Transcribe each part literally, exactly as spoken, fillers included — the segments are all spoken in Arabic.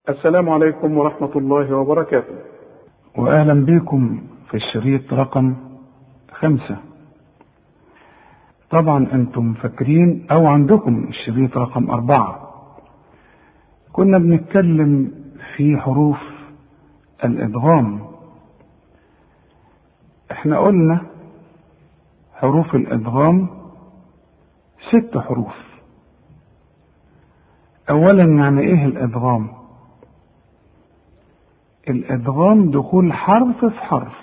السلام عليكم ورحمة الله وبركاته، وأهلا بكم في الشريط رقم خمسة. طبعا أنتم فاكرين أو عندكم الشريط رقم أربعة، كنا بنتكلم في حروف الإدغام. احنا قلنا حروف الإدغام ست حروف. أولا يعني إيه الإدغام؟ الإدغام دخول حرف في حرف،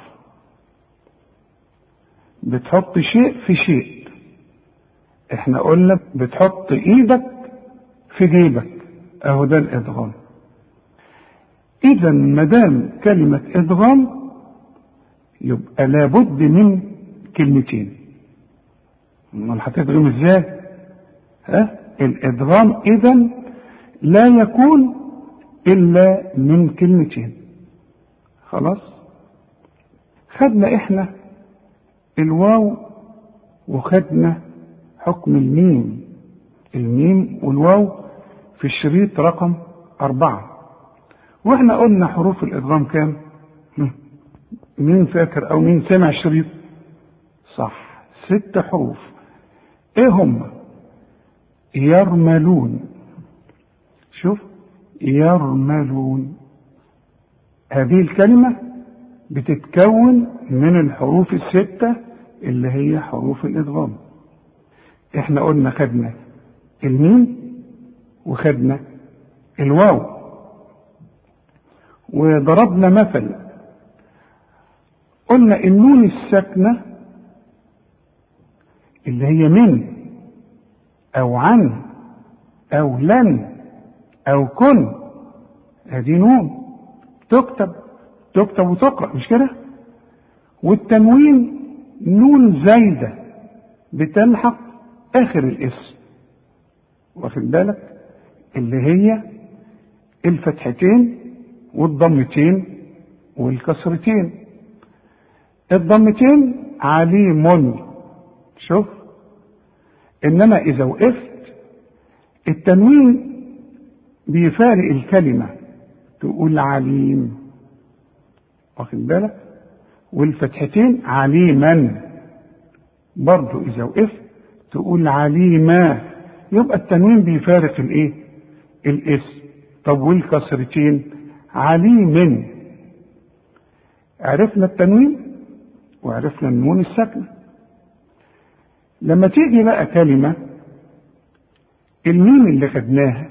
بتحط شيء في شيء. احنا قلنا بتحط ايدك في جيبك، اهو ده الإدغام. اذا مدام كلمة إدغام يبقى لابد من كلمتين. امال هتدغم ازاي؟ ها الإدغام اذا لا يكون الا من كلمتين. خلاص، خدنا احنا الواو وخدنا حكم الميم الميم والواو في الشريط رقم أربعة، واحنا قلنا حروف الإدغام كام؟ مين فاكر او مين سمع الشريط؟ صح، ست حروف. ايه هم؟ يرملون. شوف، يرملون، هذه الكلمة بتتكون من الحروف الستة اللي هي حروف الإدغام. احنا قلنا خدنا الميم وخدنا الواو، وضربنا مثل قلنا النون الساكنة اللي هي من او عن او لن او كن، هذه نون تكتب تكتب وتقرأ، مش كده؟ والتنوين نون زايدة بتلحق آخر الاسم، واخد بالك؟ اللي هي الفتحتين والضمتين والكسرتين. الضمتين عليم، شوف، إنما إذا وقفت التنوين بيفارق الكلمة، تقول عليم، واخد بالك؟ والفتحتين عليما، برضو إذا وقفت تقول عليما، يبقى التنوين بيفارق الايه؟ الاسم. طب والكسرتين عليم. عرفنا التنوين وعرفنا النون الساكنة. لما تيجي بقى كلمة الميم اللي خدناها،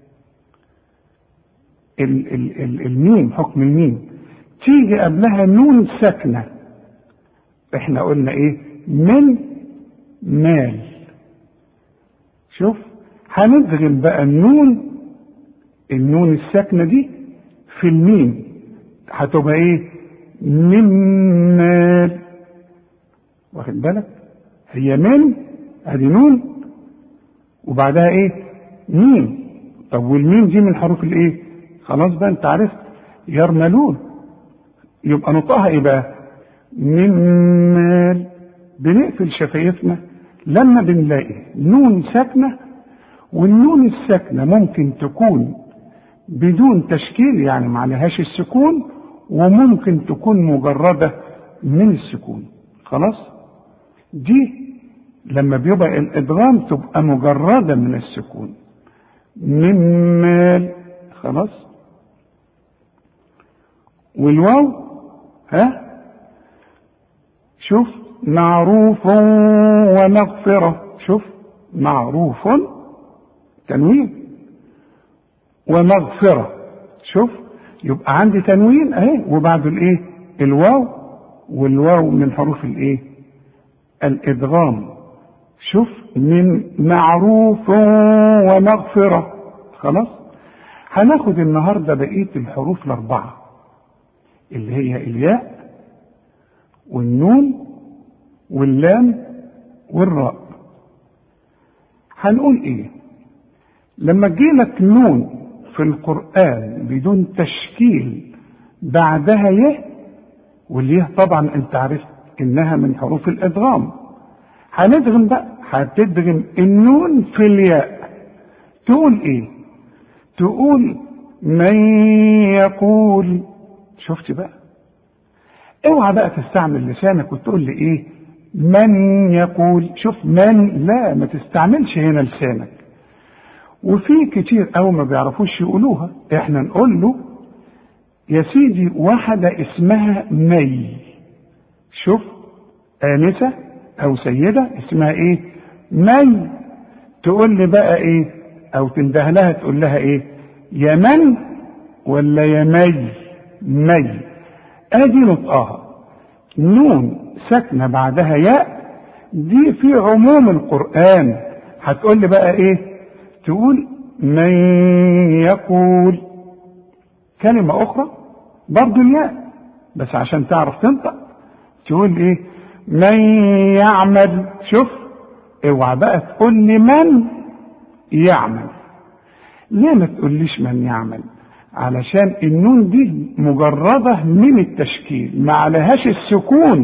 الميم حكم الميم تيجي قبلها نون ساكنة، احنا قلنا ايه؟ من مال. شوف، هندغم بقى النون النون الساكنة دي في الميم، هتبقى ايه؟ من مال، واخد بالك؟ هي من ادي نون وبعدها ايه؟ ميم. طب والميم دي من حروف الايه؟ خلاص بقى انت عرفت، يرملون، يبقى نطقها ايه بقى؟ من مال. بنقفل شفايفنا لما بنلاقي نون ساكنة، والنون الساكنة ممكن تكون بدون تشكيل، يعني ما عليهاش السكون، وممكن تكون مجردة من السكون. خلاص، دي لما بيبقى الإدغام تبقى مجردة من السكون، من مال. خلاص، والواو ها، شوف، معروف ومغفرة. شوف، معروف تنوين ومغفرة، شوف، يبقى عندي تنوين اهي وبعد الايه؟ الواو، والواو من حروف الايه؟ الإدغام. شوف، من معروف ومغفرة. خلاص، هناخد النهاردة بقية الحروف الأربعة اللي هي الياء والنون واللام والراء. هنقول ايه لما تجيلك نون في القرآن بدون تشكيل بعدها يه، واليه طبعا انت عرفت انها من حروف الادغام. هندغم بقى، هتدغم النون في الياء. تقول ايه؟ تقول من يقول. شفت بقى؟ اوعى بقى تستعمل لسانك وتقول لي ايه من يقول. شوف من، لا ما تستعملش هنا لسانك. وفي كتير قوي ما بيعرفوش يقولوها، احنا نقول له يا سيدي واحدة اسمها مي. شوف، آنسة او سيدة اسمها ايه؟ مي. تقول لي بقى ايه او تنده لها تقول لها ايه؟ يا من ولا يا مي؟ مي. ادي نطقها، نون ساكنة بعدها ياء، دي في عموم القرآن. هتقول لي بقى ايه؟ تقول من يقول. كلمة اخرى برضو الياء، بس عشان تعرف تنطق تقول ايه؟ من يعمل. شوف، اوعى بقى تقول لي من يعمل. ليه ما تقوليش من يعمل؟ علشان النون دي مجردة من التشكيل، ما عليهاش السكون.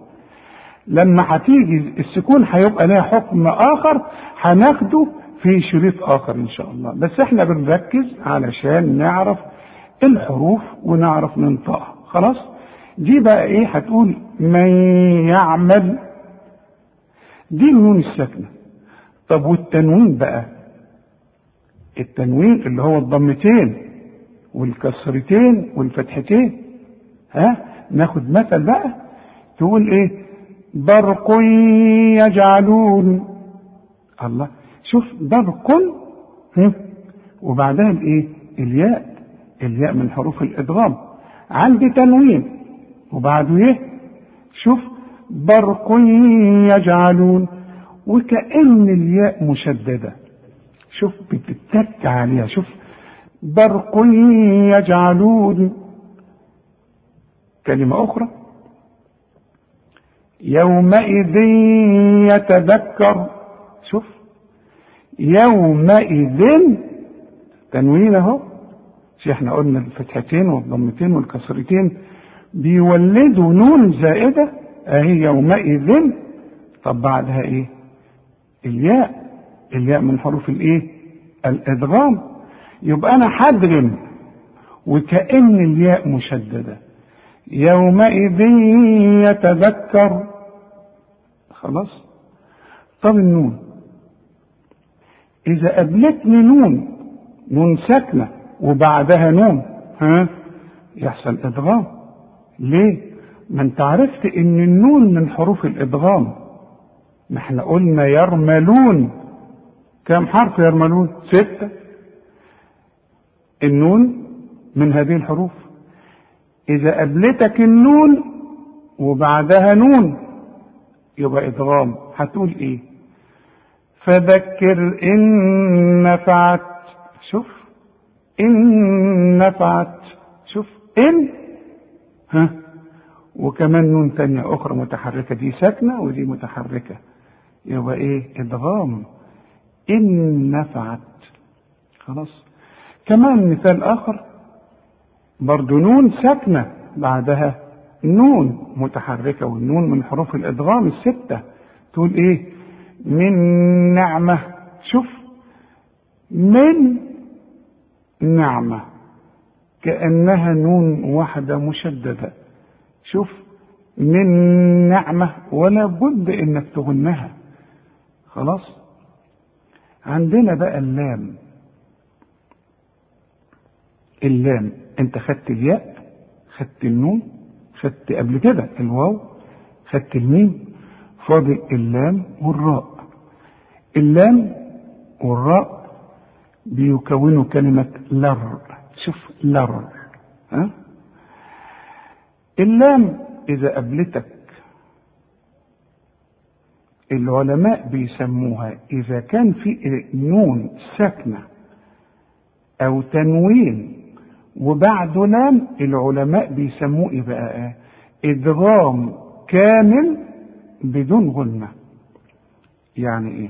لما هتيجي السكون هيبقى لها حكم اخر هناخده في شريط اخر ان شاء الله، بس احنا بنركز علشان نعرف الحروف ونعرف ننطقها. خلاص؟ دي بقى ايه؟ هتقول من يعمل، دي النون الساكنة. طب والتنوين بقى؟ التنوين اللي هو الضمتين والكسرتين والفتحتين. ها، ناخد مثل بقى. تقول ايه؟ برق يجعلون. الله، شوف برق وبعدها الايه؟ الياء. الياء من حروف الادغام. عندي تنوين وبعده ايه؟ شوف، برق يجعلون، وكأن الياء مشددة. شوف بتتك عليها. شوف، برق يجعلون. كلمة أخرى، يومئذ يتذكر. شوف، يومئذ تنوين اهو. شو احنا قلنا الفتحتين والضمتين والكسرتين بيولدوا نون زائدة اهي يومئذ. طب بعدها ايه؟ الياء. الياء من حروف الايه؟ الادغام. يبقى انا حدغم وكأن الياء مشددة. يومئذ يتذكر. خلاص؟ طب النون اذا قابلتني نون نون ساكنة وبعدها نون، ها، يحصل ادغام. ليه؟ ما انت عرفت ان النون من حروف الادغام. ما احنا قلنا يرملون. كم حرف يرملون؟ ستة. النون من هذه الحروف. اذا قابلتك النون وبعدها نون يبقى ادغام. هتقول ايه؟ فذكر ان نفعت. شوف، ان نفعت. شوف، ان، ها، وكمان نون تانية اخرى متحركة، دي ساكنة ودي متحركة، يبقى ايه؟ ادغام. ان نفعت. خلاص؟ كمان مثال اخر برضو نون ساكنة بعدها نون متحركة، والنون من حروف الادغام الستة. تقول ايه؟ من نعمة. شوف، من نعمة كأنها نون واحدة مشددة. شوف، من نعمة، ولا بد انك تغنها. خلاص؟ عندنا بقى اللام. اللام انت خدت الياء، خدت النون، خدت قبل كده الواو، خدت الميم، فاضل اللام والراء. اللام والراء بيكونوا كلمة لر. شوف، لر. ها؟ اللام إذا قابلتك العلماء بيسموها إذا كان في نون ساكنة أو تنوين وبعده لام، العلماء بيسموه إيه بقى؟ إدغام كامل بدون غنة. يعني إيه؟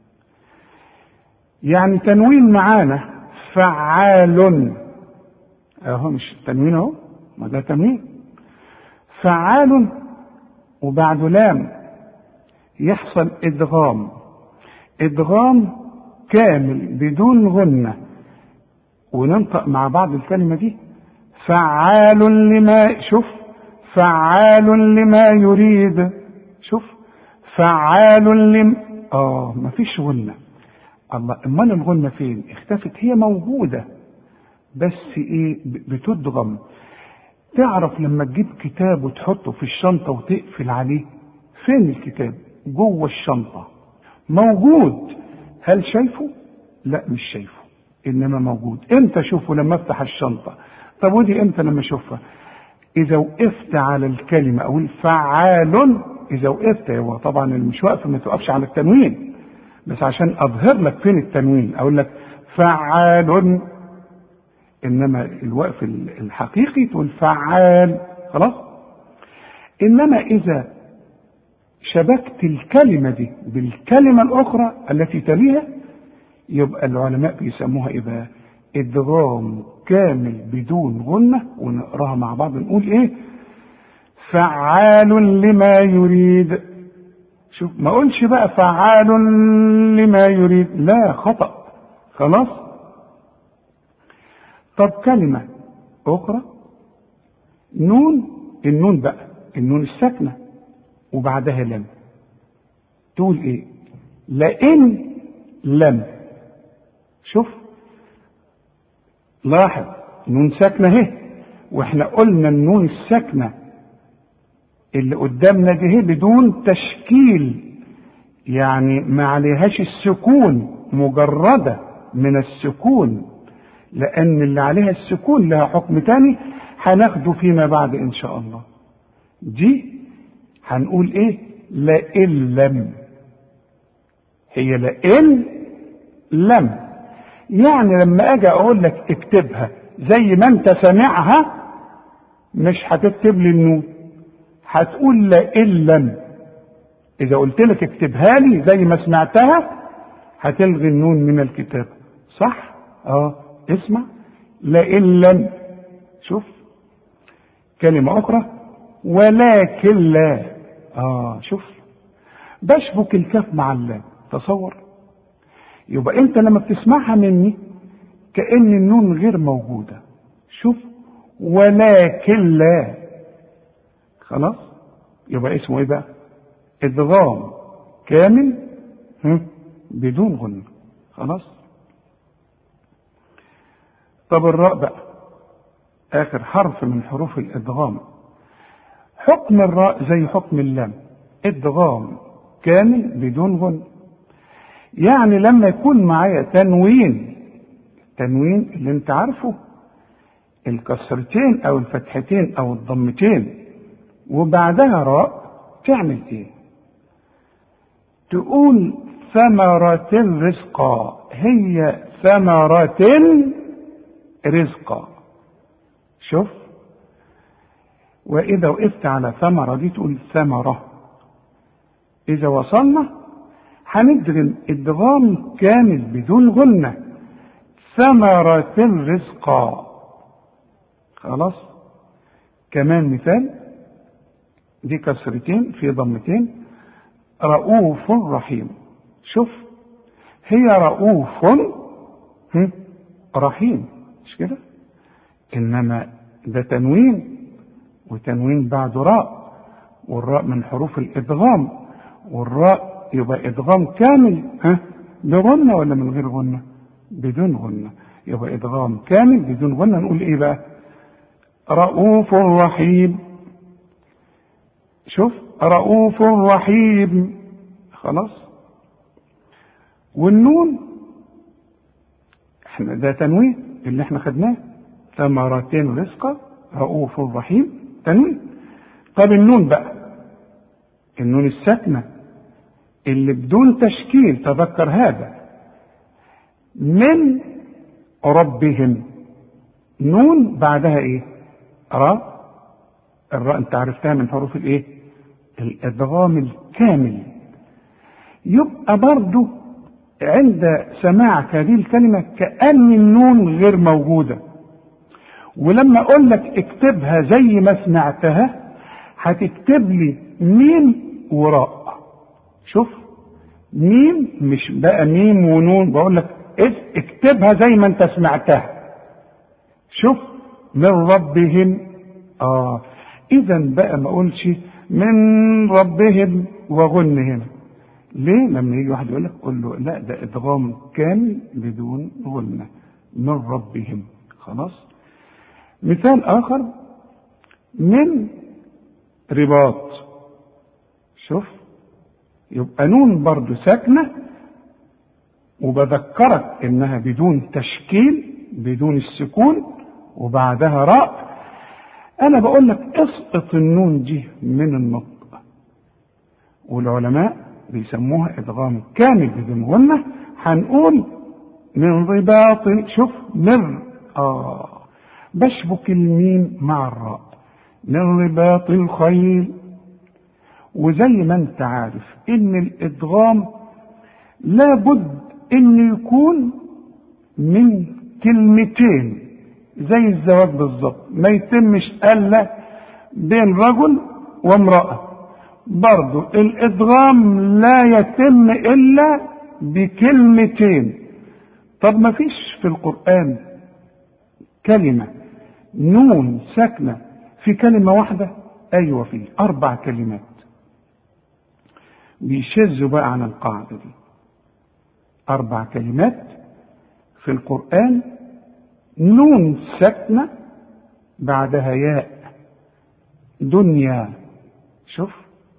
يعني تنوين معانا فعال اهو، مش تنوين اهو، ما ده تنوين. فعال وبعد لام يحصل ادغام. ادغام كامل بدون غنة. وننطق مع بعض الكلمة دي. فعال لما، شوف، فعال لما يريد، شوف، فعال لم، اه مفيش غنة. الله، امال الغنة فين؟ اختفت. هي موجودة بس ايه، بتدغم. تعرف لما تجيب كتاب وتحطه في الشنطة وتقفل عليه، فين الكتاب؟ جوه الشنطة موجود. هل شايفه؟ لا مش شايفه، انما موجود. امتى اشوفه؟ لما افتح الشنطة. طب ودي امتى لما اشوفها؟ اذا وقفت على الكلمة او الفعال. اذا وقفت، هو طبعا مش واقف، ما توقفش على التنوين، بس عشان اظهر لك فين التنوين اقول لك فعال، انما الوقف الحقيقي تقول فعال، خلاص. انما اذا شبكت الكلمة دي بالكلمة الاخرى التي تليها، يبقى العلماء بيسموها ايه بقى؟ ادغام كامل بدون غنة. ونقراها مع بعض نقول ايه؟ فعال لما يريد. شوف، ما اقولش بقى فعال لما يريد، لا، خطأ، خلاص. طب كلمة اخرى، نون، النون بقى النون الساكنة وبعدها لم، تقول ايه؟ لئن لم. شوف، لاحظ، نون ساكنة اهي، واحنا قلنا النون الساكنة اللي قدامنا دي هي بدون تشكيل، يعني ما عليهاش السكون، مجردة من السكون، لأن اللي عليها السكون لها حكم تاني هناخده فيما بعد إن شاء الله. دي هنقول إيه؟ لئن لم. هي لئن لم، يعني لما أجي أقول لك اكتبها زي ما أنت سامعها، مش هتكتب لي النون، هتقول لئن لم. إذا قلت لك اكتبها لي زي ما سمعتها، هتلغي النون من الكتاب، صح؟ اه، اسمع، لئن لم. شوف، كلمة أخرى، ولكن لا. اه شوف، بشبك الكاف مع اللام، تصور. يبقى أنت لما بتسمعها مني كأن النون غير موجودة. شوف، ولكن لا، خلاص. يبقى اسمه ايه بقى؟ ادغام كامل بدون غنة، خلاص. طب الراء بقى اخر حرف من حروف الادغام. حكم الراء زي حكم اللام، ادغام كامل بدون غنة. يعني لما يكون معايا تنوين، تنوين اللي انت عارفه، الكسرتين او الفتحتين او الضمتين، وبعدها راء، تعمل ايه؟ تقول ثمرة رزقا. هي ثمرة رزقا. شوف، واذا وقفت على ثمرة دي تقول ثمرة. اذا وصلنا هندغم ادغام كامل بدون غنة، ثمرة رزقا، خلاص. كمان مثال، دي كسرتين في ضمتين، رؤوف رحيم. شوف، هي رؤوف رحيم، مش كده؟ انما ده تنوين، وتنوين بعده راء، والراء من حروف الادغام، والراء يبقى ادغام كامل، ها، بغنة ولا من غير غنة؟ بدون غنة. يبقى ادغام كامل بدون غنة. نقول ايه بقى؟ رؤوف رحيم. شوف، رؤوف رحيم، خلاص. والنون احنا ده تنوين اللي احنا خدناه، ثمرتين رزقا، رؤوف رحيم، تنوين. طب النون بقى، النون الساكنة اللي بدون تشكيل، تذكر هذا، من ربهم، نون بعدها ايه؟ راء. الراء انت عرفتها من حروف الايه؟ الادغام الكامل. يبقى برضو عند سماعك هذه الكلمة كأن النون غير موجودة، ولما اقول لك اكتبها زي ما سمعتها هتكتب لي ميم وراء. شوف، ميم، مش بقى ميم ونون، بقول لك اكتبها زي ما انت سمعتها، شوف من ربهم. اه اذا بقى ما اقولش من ربهم وغن هنا. ليه؟ لما يجي واحد يقول لك قول له لا ده ادغام كامل بدون غنة، من ربهم. خلاص. مثال اخر من رباط. شوف يبقى نون برضو ساكنة، وبذكرك انها بدون تشكيل، بدون السكون، وبعدها راء. انا بقول لك اسقط النون دي من النطق، والعلماء بيسموها ادغام كامل بدون غنة. هنقول من رباط. شوف من اه بشبك الميم مع الراء، من رباط الخيل. وزي ما انت عارف ان الادغام لابد ان يكون من كلمتين، زي الزواج بالظبط، ما يتمش الا بين رجل وامرأة. برضو الادغام لا يتم الا بكلمتين. طب ما فيش في القرآن كلمة نون ساكنة في كلمة واحدة؟ ايوه فيه اربع كلمات بيشذوا بقى عن القاعدة دي. اربع كلمات في القرآن نون ساكنة بعدها ياء. دنيا. شوف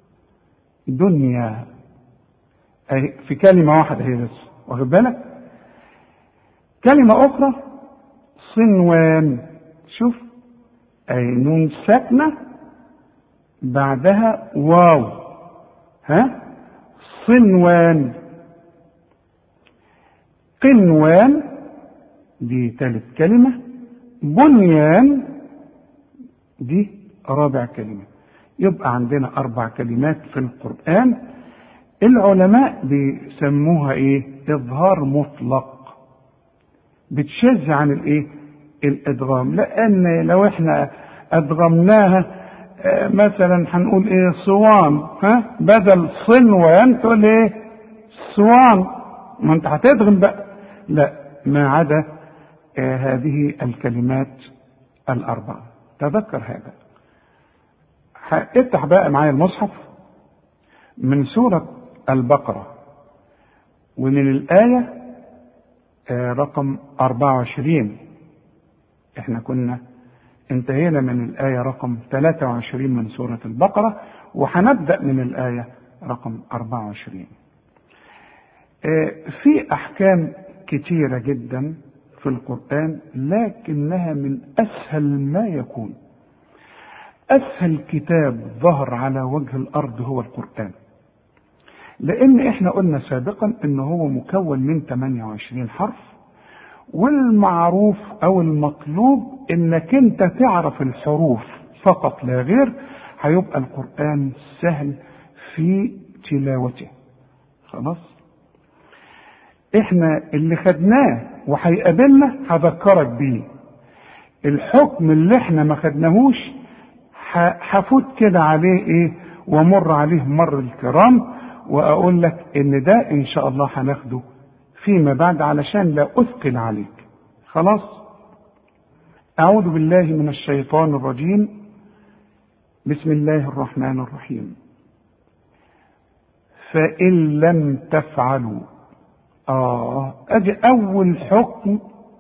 دنيا أي في كلمة واحدة هي بس، واخد بالك؟ كلمة أخرى صنوان. شوف أي نون ساكنة بعدها واو. ها صنوان. قنوان دي ثالث كلمة. بنيان دي رابع كلمة. يبقى عندنا أربع كلمات في القرآن العلماء بيسموها إيه؟ إظهار مطلق، بتشذ عن الإيه؟ الإدغام. لأن لو إحنا أدغمناها مثلا هنقول إيه؟ صوان. ها بدل صنوان تقول إيه؟ صوان. ما أنت هتدغم بقى. لا، ما عدا آه هذه الكلمات الأربعة. تذكر هذا. افتح بقى معايا المصحف من سورة البقرة، ومن الآية آه رقم أربعة وعشرين. احنا كنا انتهينا من الآية رقم ثلاثة وعشرين من سورة البقرة، وهنبدأ من الآية رقم أربعة وعشرين. آه في أحكام كتيرة جدا في القرآن، لكنها من أسهل ما يكون. أسهل كتاب ظهر على وجه الأرض هو القرآن، لأن إحنا قلنا سابقا إنه هو مكون من ثمانية وعشرين حرف، والمعروف أو المطلوب إنك أنت تعرف الحروف فقط لا غير. هيبقى القرآن سهل في تلاوته. خلاص. إحنا اللي خدناه وهيقابلنا هذكرك بيه. الحكم اللي إحنا ما خدناهوش هفوت كده عليه ايه ومر عليه مر الكرام، واقول لك ان ده ان شاء الله هناخده فيما بعد علشان لا اثقل عليك. خلاص. اعوذ بالله من الشيطان الرجيم. بسم الله الرحمن الرحيم. فإن لم تفعلوا. اه ادي اول حكم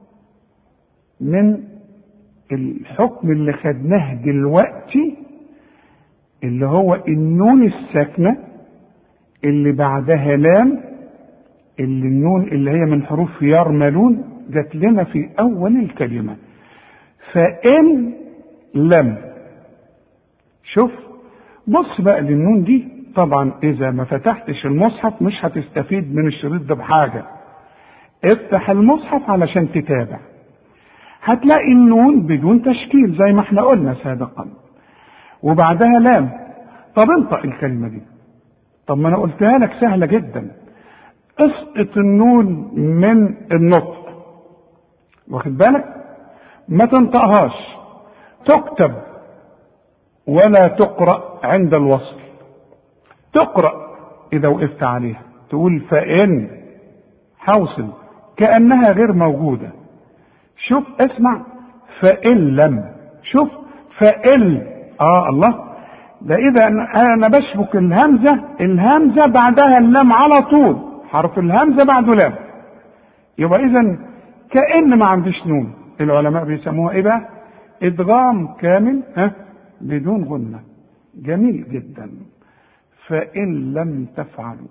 من الحكم اللي خدناه دلوقتي، اللي هو النون الساكنة اللي بعدها لام، اللي النون اللي هي من حروف يرملون جات لنا في أول الكلمة. فإن لم. شوف بص بقى للنون دي. طبعا إذا ما فتحتش المصحف مش هتستفيد من الشريط ده بحاجة. افتح المصحف علشان تتابع. هتلاقي النون بدون تشكيل زي ما احنا قلنا سابقا، وبعدها لام. طب انطق الكلمة دي. طب ما انا قلتها لك سهلة جدا. اسقط النون من النطق، واخد بالك؟ ما تنطقهاش. تكتب ولا تقرأ عند الوصل. تقرأ اذا وقفت عليها تقول فإن، حوصل كأنها غير موجودة. شوف اسمع. فإن لم، شوف فإن، اه الله، ده اذا انا بشبك الهمزة، الهمزة بعدها اللام على طول، حرف الهمزة بعده لام، يبقى اذا كأن ما عنديش نون. العلماء بيسموها ايه بقى؟ ادغام كامل ها بدون غنة. جميل جدا. فإن لم تفعلوا،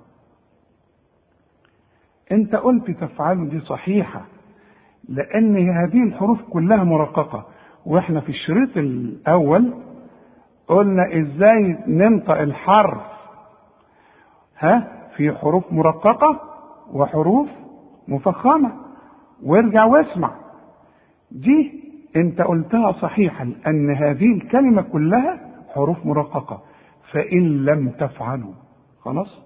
انت قلت تفعلوا دي صحيحة، لان هذه الحروف كلها مرققة، واحنا في الشريط الاول قلنا ازاي ننطق الحرف ها في حروف مرققة وحروف مفخمة، وارجع واسمع. دي انت قلتها صحيحة، لان هذه الكلمة كلها حروف مرققة. فإن لم تفعلوا، خلاص.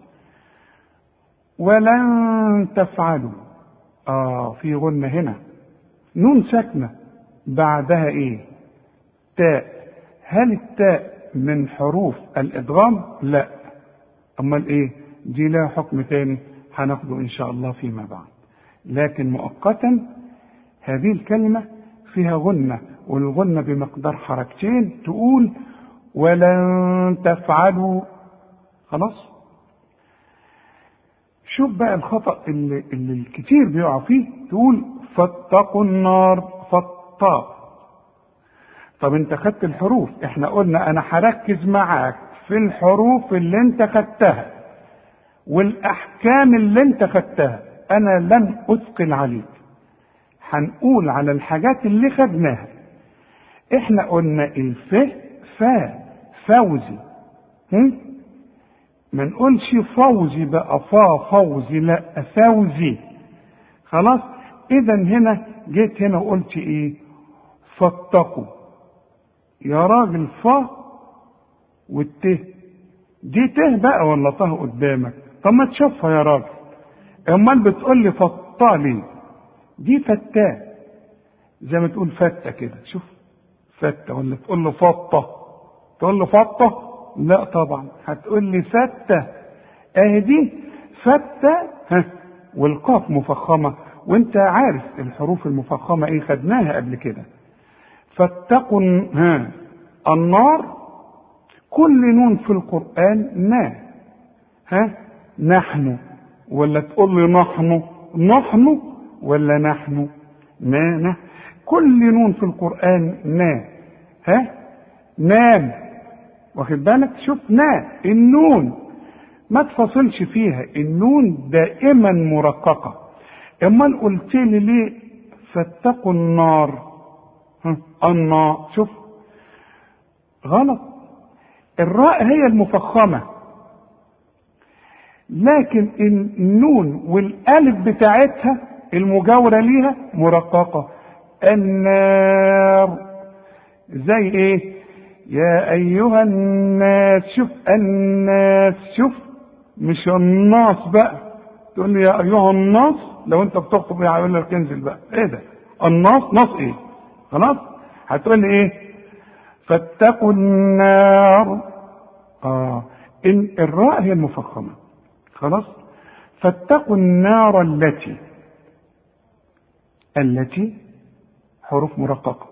ولن تفعلوا، اه في غنة هنا، نون ساكنة بعدها ايه؟ تاء. هل التاء من حروف الادغام؟ لا. امال ايه؟ دي لها حكم تاني هناخده ان شاء الله فيما بعد. لكن مؤقتا هذه الكلمة فيها غنة، والغنة بمقدار حركتين، تقول ولن تفعلوا، خلاص. شوف بقى الخطأ اللي, اللي الكتير بيقع فيه، تقول فاتقوا النار، فاتقوا. طب انت خدت الحروف، احنا قلنا انا هركز معاك في الحروف اللي انت خدتها والاحكام اللي انت خدتها، انا لن اثقل عليك، هنقول على الحاجات اللي خدناها. احنا قلنا الف فا فوزي، هم؟ ما نقولش فوزي بقى فا فوزي، لا فوزي، خلاص. اذا هنا جيت هنا وقلت ايه؟ فاتقوا. يا راجل فا والته دي ته بقى ولا طه قدامك؟ طب ما تشوفها يا راجل، امال بتقول لي فطا ليه؟ دي فتاه، زي ما تقول فتة كده، شوف فتة، ولا تقول له فطة؟ تقول له فطة؟ لا طبعا، هتقول لي فتة. اهي دي فتة ها، والقاف مفخمة، وانت عارف الحروف المفخمة ايه، خدناها قبل كده. فاتقوا ها النار، كل نون في القرآن نا، ها نحن، ولا تقول لي نحن نحن ولا نحن نا نا، كل نون في القرآن نا، ها نام، واخد بالك؟ شوف نا النون ما تفصلش فيها، النون دائما مرققة. امال قلت لي ليه فاتقوا النار؟ ها النار، شوف غلط، الراء هي المفخمة، لكن النون والالف بتاعتها المجاورة ليها مرققة. النار زي ايه؟ يا ايها الناس، شوف الناس، شوف مش الناس بقى، تقول لي يا ايها الناس، لو انت بتخطب ايه هيقول لك انزل بقى، ايه ده الناس؟ ناس ايه؟ خلاص هتقول لي ايه؟ فاتقوا النار، اه إن الراء هي المفخمة، خلاص. فاتقوا النار التي، التي حروف مرققة،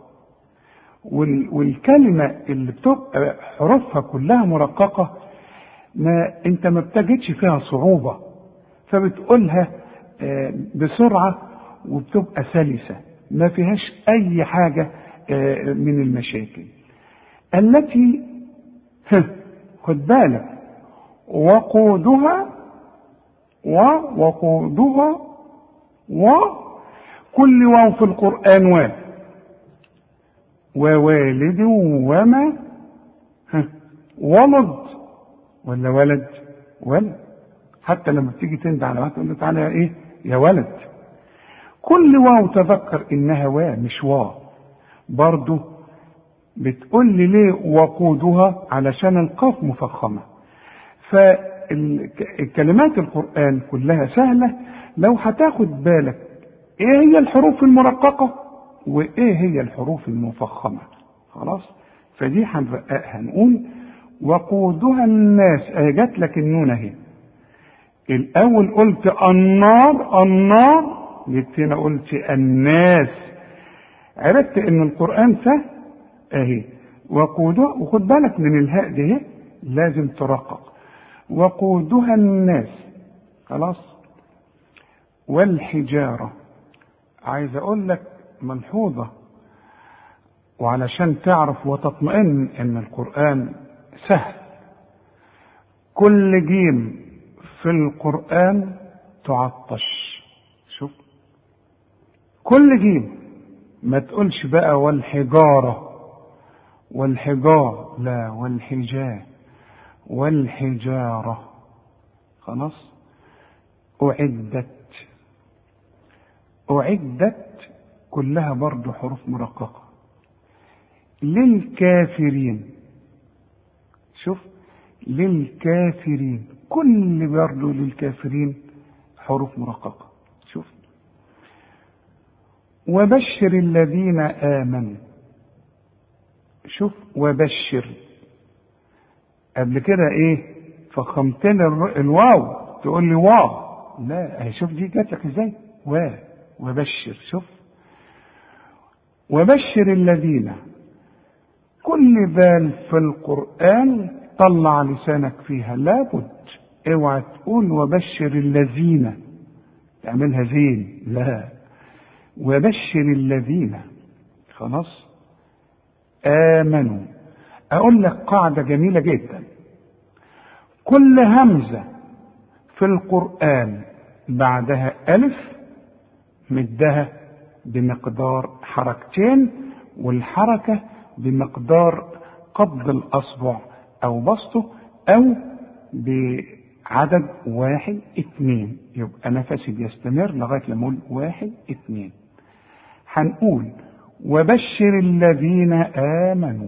والكلمة اللي بتبقى حروفها كلها مرققة ما انت ما بتجدش فيها صعوبة، فبتقولها بسرعة وبتبقى سلسة، ما فيهاش اي حاجة من المشاكل. التي خد بالك، وقودها ووقودها، وكل واو في القرآن واو، ووالد وما ولد، ولا ولد ولد، حتى لما بتيجي تندى على واحد تقول له تعالى يا ايه يا ولد. كل واو تذكر انها واو مش واو. برضو بتقول لي ليه وقودها؟ علشان القاف مفخمة. فالكلمات القرآن كلها سهلة لو هتاخد بالك ايه هي الحروف المرققة وايه هي الحروف المفخمة، خلاص. فدي هنرققها، نقول وقودها الناس، اهي جات لك النون اهي. الاول قلت النار النار، جيت هنا قلت الناس، عرفت ان القرآن سهل اهي. وقودها، وخد بالك من الهاء دي لازم ترقق، وقودها الناس. خلاص. والحجارة، عايز اقول لك ملحوظة وعلشان تعرف وتطمئن ان القرآن سهل. كل جيم في القرآن تعطش. شوف، كل جيم، ما تقولش بقى والحجارة والحجار، لا، والحجاه والحجارة. خلاص. أعدت، أعدت كلها برضو حروف مرققة. للكافرين، شوف، للكافرين، كل برضو للكافرين حروف مرققة. شوف. وبشر الذين آمنوا. شوف، وبشر قبل كده ايه؟ فخمتين الواو، تقول لي واو، لا، شوف دي جات لك ازاي؟ و وبشر. شوف، وبشر الذين، كل بال في القرآن طلع لسانك فيها، لابد اوعى تقول وبشر الذين تعملها زين، لا، وبشر الذين. خلاص. آمنوا. أقول لك قاعدة جميلة جدا، كل همزة في القرآن بعدها ألف مدها بمقدار حركتين، والحركة بمقدار قبض الأصبع أو بسطه، أو بعدد واحد اتنين، يبقى نفسي بيستمر لغاية لما أقول واحد اتنين. هنقول وبشر الذين آمنوا.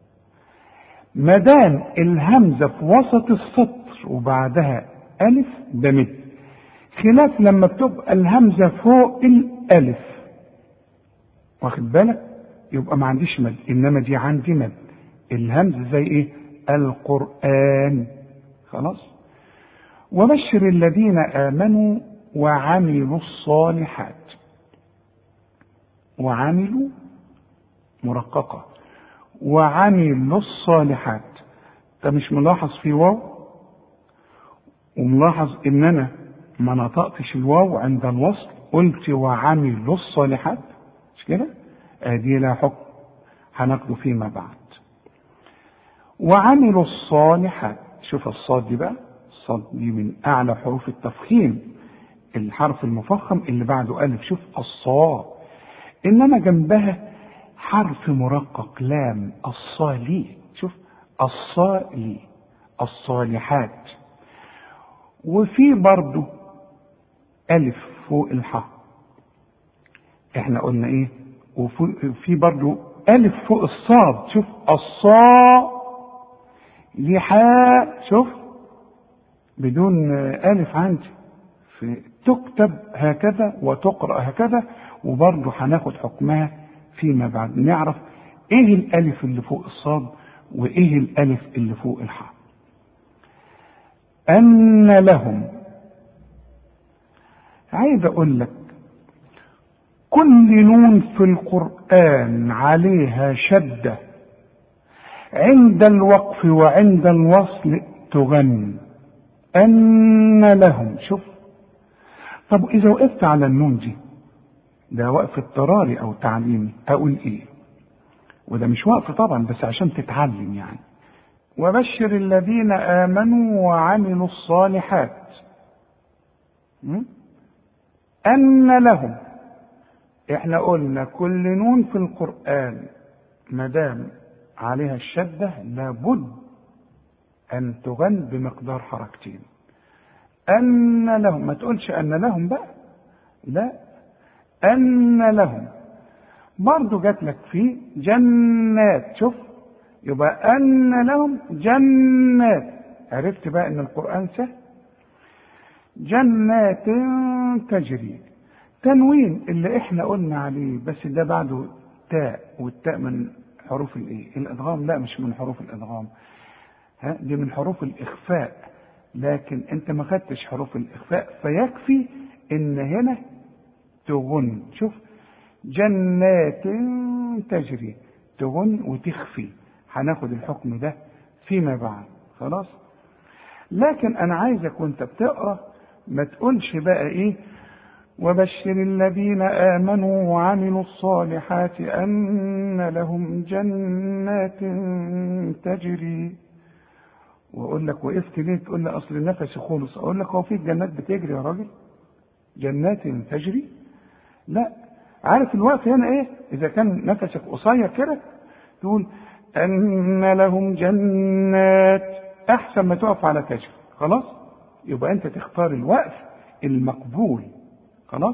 مدام الهمزة في وسط السطر وبعدها ألف بمد، خلاف لما بتبقى الهمزة فوق الألف، واخد بالك؟ يبقى ما عنديش مد، إنما دي عندي مد. الهمزة زي إيه؟ القرآن. خلاص. وبشر الذين آمنوا وعملوا الصالحات. وعملوا مرققة، وعملوا الصالحات. انت مش ملاحظ في واو؟ وملاحظ ان انا ما نطقتش الواو عند الوصل، قلت وعملوا الصالحات، مش كده؟ ادي لها حكم هناخده فيما بعد. وعملوا الصالحات. شوف الصاد دي بقى، الصاد دي من اعلى حروف التفخيم، الحرف المفخم اللي بعده الف. شوف الصاد، انما جنبها حرف مرقق لام، الصالي. شوف الصالي، الصالحات. وفي برضو ألف فوق الحاء، احنا قلنا ايه؟ وفي برضو ألف فوق الصاد. شوف الصا لحاء، شوف بدون ألف عندي، في تكتب هكذا وتقرأ هكذا، وبرضو هناخد حكمها فيما بعد. نعرف ايه الألف اللي فوق الصاد وايه الألف اللي فوق الحاء. أن لهم، عايز أقول لك كل نون في القرآن عليها شدة عند الوقف وعند الوصل تغن. أن لهم. شوف، طب إذا وقفت على النون دي، ده وقف اضطراري أو تعليمي، أقول إيه؟ وده مش وقف طبعا، بس عشان تتعلم يعني. وبشر الذين آمنوا وعملوا الصالحات. أن لهم، احنا قلنا كل نون في القرآن مدام عليها الشدة لابد أن تغن بمقدار حركتين. أن لهم، ما تقولش أن لهم بقى، لا، أن لهم. برضو جات لك في جنات. شوف، يبقى أن لهم جنات. عرفت بقى أن القرآن سهل. جنات تجري، تنوين اللي احنا قلنا عليه، بس ده بعده تاء، والتاء من حروف الايه؟ الادغام. لا، مش من حروف الادغام، ها، دي من حروف الاخفاء، لكن انت ما خدتش حروف الاخفاء، فيكفي ان هنا تغن. شوف، جنات تجري، تغن وتخفي، هناخد الحكم ده فيما بعد. خلاص. لكن انا عايزك وانت بتقرا ما تقولش بقى ايه وبشر الذين آمنوا وعملوا الصالحات أن لهم جنات تجري، وأقول لك وقفت ليه؟ تقول لي أصل نفسي خلص. أقول لك هو في جنات بتجري يا راجل؟ جنات تجري؟ لا. عارف الوقت هنا إيه؟ إذا كان نفسك قصير كده تقول أن لهم جنات، أحسن ما تقف على تجري. خلاص؟ يبقى أنت تختار الوقف المقبول. خلاص.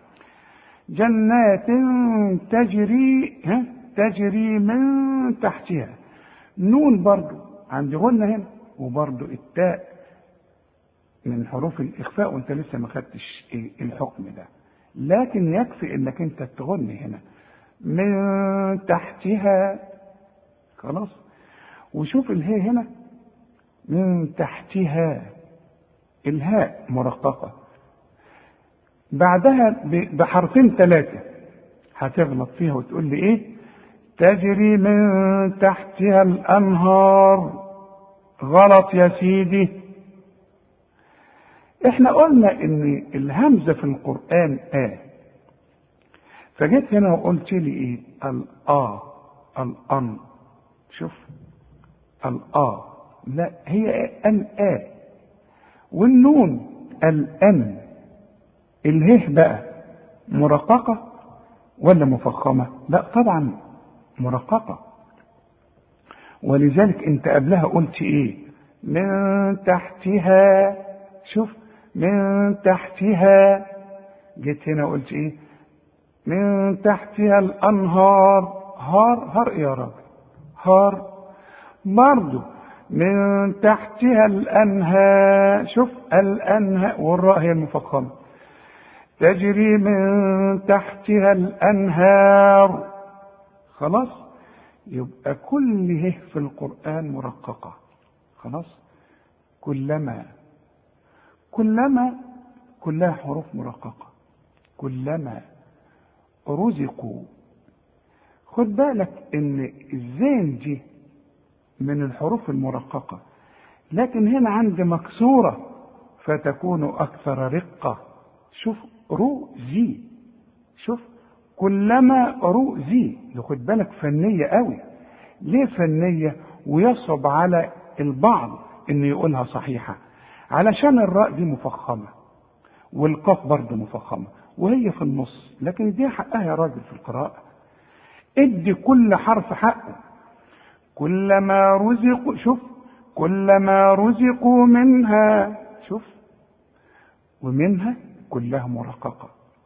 جنات تجري، ها تجري من تحتها. نون برضو عندي غنة هنا، وبرضو التاء من حروف الإخفاء وانت لسه ما خدتش الحكم ده، لكن يكفي انك انت تغني هنا من تحتها. خلاص. وشوف الهاء هنا من تحتها، الهاء مرققة، بعدها بحرفين ثلاثة هتغلط فيها وتقول لي ايه؟ تجري من تحتها الانهار. غلط يا سيدي. احنا قلنا ان الهمزة في القرآن آ، فجيت هنا وقلت لي ايه؟ الآ الأن. شوف الآ، لا هي أن آ، والنون الأن. اله بقى مرققة ولا مفخمة؟ لا طبعا مرققة، ولذلك انت قبلها قلت ايه؟ من تحتها. شوف من تحتها. جيت هنا قلت ايه؟ من تحتها الانهار. هار هار يا راجل، هار. برضو من تحتها الانهار. شوف الانهار، والراء هي المفخمة. تجري من تحتها الأنهار. خلاص. يبقى كل ه في القرآن مرققة. خلاص. كلما، كلما كلها حروف مرققة. كلما رزقوا. خد بالك ان الزين دي من الحروف المرققة، لكن هنا عندي مكسورة فتكون أكثر رقة. شوف رؤزي. شوف كلما رؤزي. خد بالك فنية قوي. ليه فنية ويصعب على البعض انه يقولها صحيحة؟ علشان الراء دي مفخمة والقاف برضه مفخمة وهي في النص، لكن دي حقها يا راجل في القراءة. ادي كل حرف حقه. كلما رزقوا. شوف كلما رزقوا منها. شوف ومنها كلها مرققة.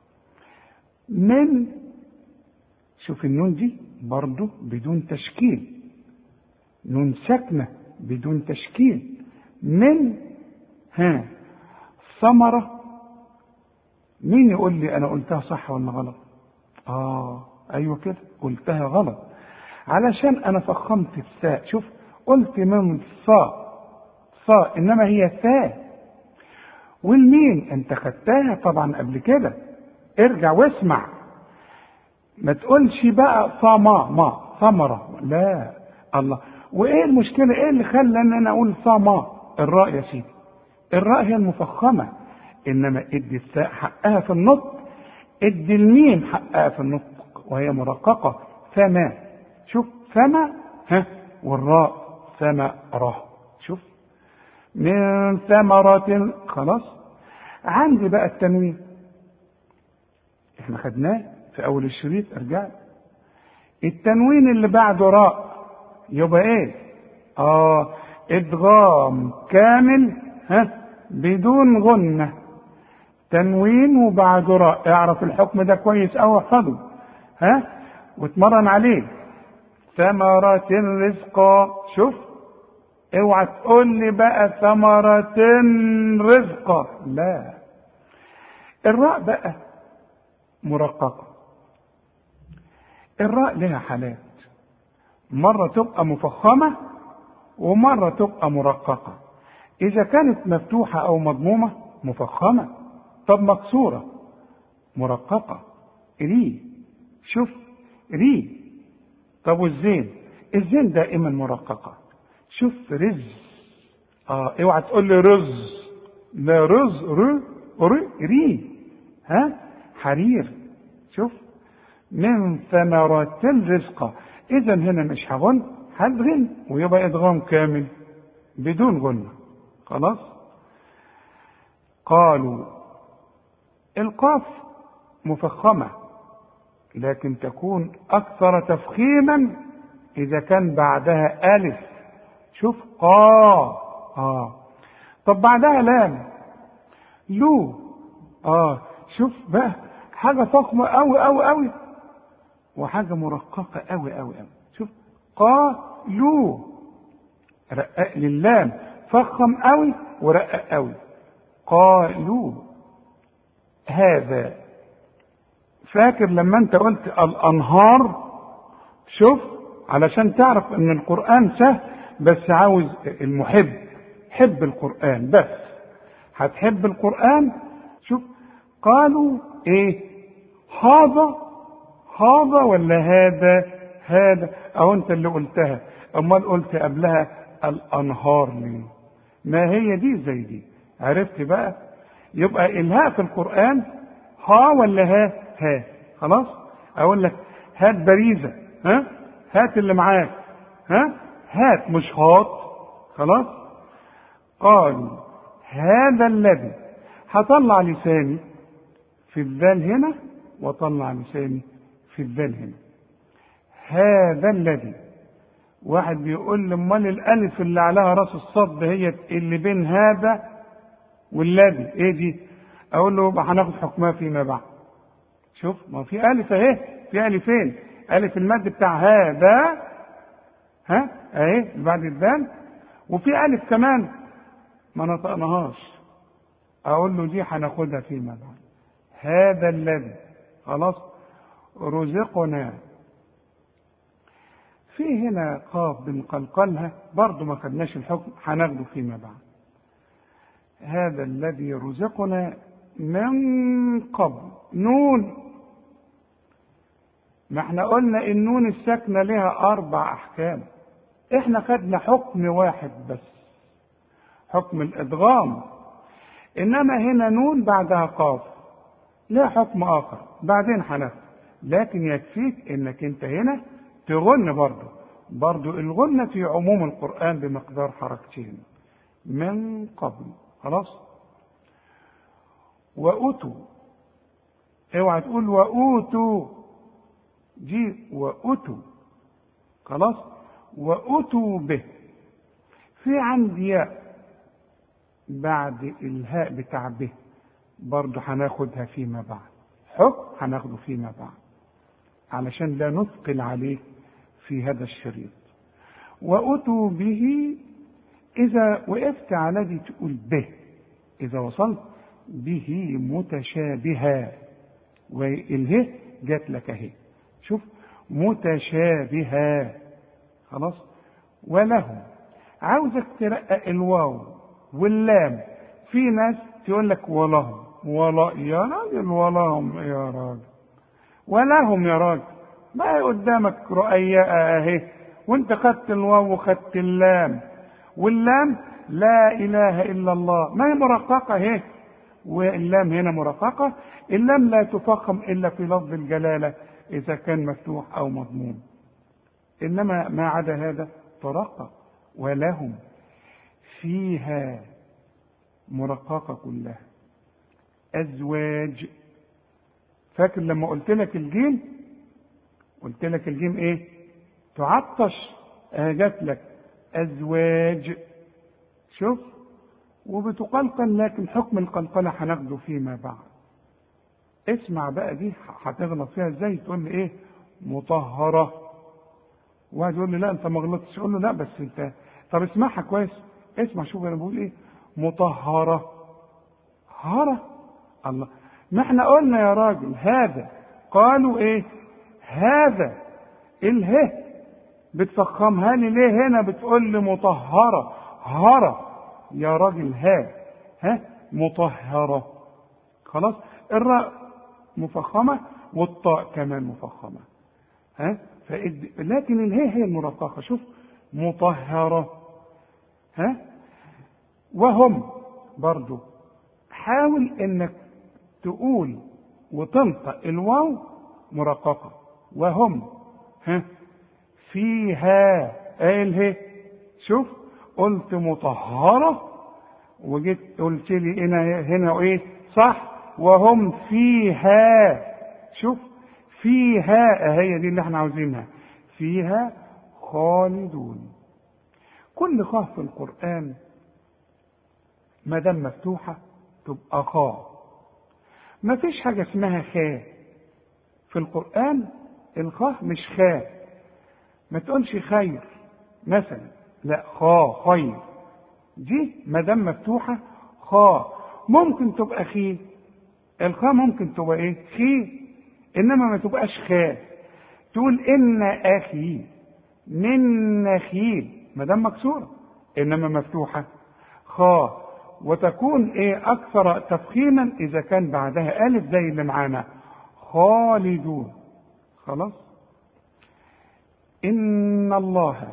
من، شوف النون دي برضو بدون تشكيل، نون ساكنة بدون تشكيل. من، ها ثمرة. مين يقول لي انا قلتها صح ولا غلط؟ اه ايوه كده قلتها غلط، علشان انا فخمت الثاء. شوف قلت من صا صا، انما هي ثاء. والمين انت خدتها طبعا قبل كده، ارجع واسمع. ما تقولش بقى صما ما ثمرة، لا. الله، وايه المشكلة؟ ايه اللي خلى ان انا اقول صما؟ الراء يا سيدي، الراء هي المفخمة، انما ادي الثاء حقها في النطق، ادي الميم حقها في النطق وهي مرققة. فما. شوف فما، ها والراء ثمرة. شوف من ثمرة. خلاص. عندي بقى التنوين، احنا خدناه في اول الشريط. ارجع التنوين اللي بعده راء يبقى ايه؟ اه ادغام كامل، ها بدون غنة. تنوين وبعده راء. اعرف الحكم ده كويس اوي، احفظه ها واتمرن عليه. ثمرة رزقا. شوف اوعى تقول لي بقى ثمرة رزقا، لا. الراء بقى مرققة. الراء لها حالات، مرة تبقى مفخمة ومرة تبقى مرققة. إذا كانت مفتوحة أو مضمومة مفخمة، طب مكسورة مرققة. ري. شوف ري. طب والزين؟ الزين دائما مرققة. شوف رز. اه اوعى تقول لي رز، لا رز ر ر ري. ها حرير. شوف من ثمرات الرزق. اذا هنا مش هغن، هتغن ويبقى ادغام كامل بدون غنة. خلاص. قالوا القاف مفخمة، لكن تكون اكثر تفخيما اذا كان بعدها الف. شوف قا اه طب بعدها لام لو. اه شوف بقى حاجة فخمة قوي قوي قوي وحاجة مرققة قوي قوي قوي. شوف قالوا رقق للام، فخم قوي ورقق قوي. قالوا هذا. فاكر لما انت قلت الانهار؟ شوف علشان تعرف ان القرآن سهل، بس عاوز المحب حب القرآن بس. هتحب القرآن. شوف قالوا ايه؟ هذا هذا ولا هذا؟ هذا او انت اللي قلتها. امال قلت قبلها الانهار ليه؟ ما هي دي زي دي. عرفت بقى؟ يبقى الهاء في القرآن ها ولا ها؟ ها. خلاص. اقول لك هات باريزة، ها هات اللي معاك، ها هات مش هات. خلاص. قالوا هذا الذي. هطلع لساني في الذال هنا واطلع لساني في الذال هنا. هذا الذي. واحد بيقول لي امال الالف اللي عليها راس الصد هي اللي بين هذا والذي ايه دي؟ اقول له يبقى هناخد حكمها فيما بعد. شوف ما في الف اهي، في الفين، الف المد بتاع هذا ها اهي بعد الذال، وفي الف كمان ما نطقناهاش. اقول له دي هناخدها فيما بعد. هذا الذي. خلاص. رزقنا. في هنا قاف بنقلقلها برضو ما خدناش الحكم، هناخده فيما بعد. هذا الذي رزقنا من قبل. نون. ما احنا قلنا النون الساكنة لها اربع احكام، احنا خدنا حكم واحد بس، حكم الادغام. انما هنا نون بعدها قاف لا حكم اخر، بعدين هناخد. لكن يكفيك انك انت هنا تغن برضه. برضه الغنة في عموم القرآن بمقدار حركتين. من قبل. خلاص. وأوتوا. اوعى تقول وأوتوا، دي وأوتوا. خلاص. وأوتوا به. في عندي ياء بعد الهاء بتاع به برضه هناخدها فيما بعد، حكم هناخده فيما بعد علشان لا نثقل عليه في هذا الشريط. وأتوا به. إذا وقفت على دي تقول به، إذا وصلت به متشابها، والهه جات لك اهي. شوف متشابها. خلاص. ولهم. عاوزك ترقق الواو واللام. في ناس تقول لك ولهم، ولا يا راجل ولهم يا راجل، ولهم يا راجل. ما قدامك رؤياء اهي، وانت خدت الواو وخدت اللام، واللام لا اله الا الله ما هي مرققه اهي، واللام هنا مرققه. اللام لا تفخم الا في لفظ الجلاله اذا كان مفتوح او مضموم، انما ما عدا هذا ترقق. ولهم فيها مرققه كلها. ازواج. فاكر لما قلت لك الجيم، قلت لك الجيم ايه؟ تعطش. جات لك ازواج. شوف. وبتقلقل، لكن حكم القلقله هناخده فيما بعد. اسمع بقى دي هتغلط فيها ازاي. تقول لي ايه؟ مطهره. واحد يقول لي لا انت ما غلطتش. اقول له لا بس انت، طب اسمعها كويس. اسمع شوف انا بقول ايه. مطهره. هره. الله. ما احنا قلنا يا راجل هذا، قالوا ايه؟ هذا. اله بتفخمها لي ليه هنا؟ بتقول لي مطهره. هره يا راجل. ها ها مطهره. خلاص. الراء مفخمه والطاء كمان مفخمة. ها فإد... لكن الهاء هي المرققة. شوف مطهرة. ها وهم برضو حاول انك تقول وتنطق الواو مرققة. وهم ها فيها قال هي. شوف قلت مطهرة وجيت قلت لي هنا هنا ايه صح. وهم فيها. شوف فيها هي دي اللي احنا عاوزينها. فيها خالدون. كل خاء في القرآن ما دام مفتوحة تبقى خاء. ما فيش حاجة اسمها خاء في القرآن. الخاء مش خاء. ما تقولش خير مثلا، لا خاء خير دي ما دام مفتوحة خاء. ممكن تبقى خي. الخاء ممكن تبقى ايه خي، انما ما تبقاش خاء. تقول ان اخي من نخيل ما دام مكسورة، انما مفتوحة خاء. وتكون ايه اكثر تفخيما اذا كان بعدها الف زي اللي معانا خالدون. خلاص. ان الله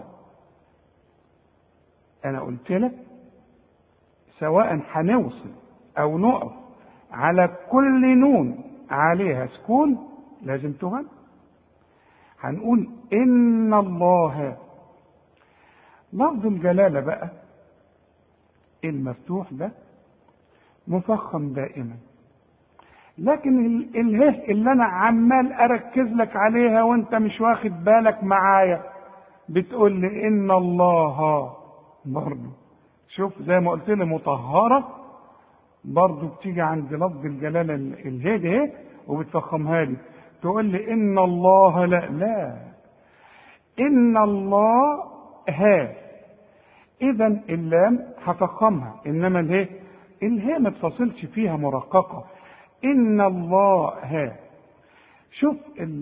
انا قلت لك سواء هنوصل او نقف على كل نون عليها سكون لازم تغن. هنقول ان الله. لفظ الجلالة بقى المفتوح ده مفخم دائما، لكن اله اللي انا عمال اركز لك عليها وانت مش واخد بالك معايا بتقول لي ان الله برضه. شوف زي ما قلت لي مطهرة برضه بتيجي عند لفظ الجلالة اله ده وبتفخمها لي تقول لي ان الله. لا لا ان الله ها. اذا اللام هفخمها، انما اله الها ما تفصلش فيها مرققة. ان الله ها. شوف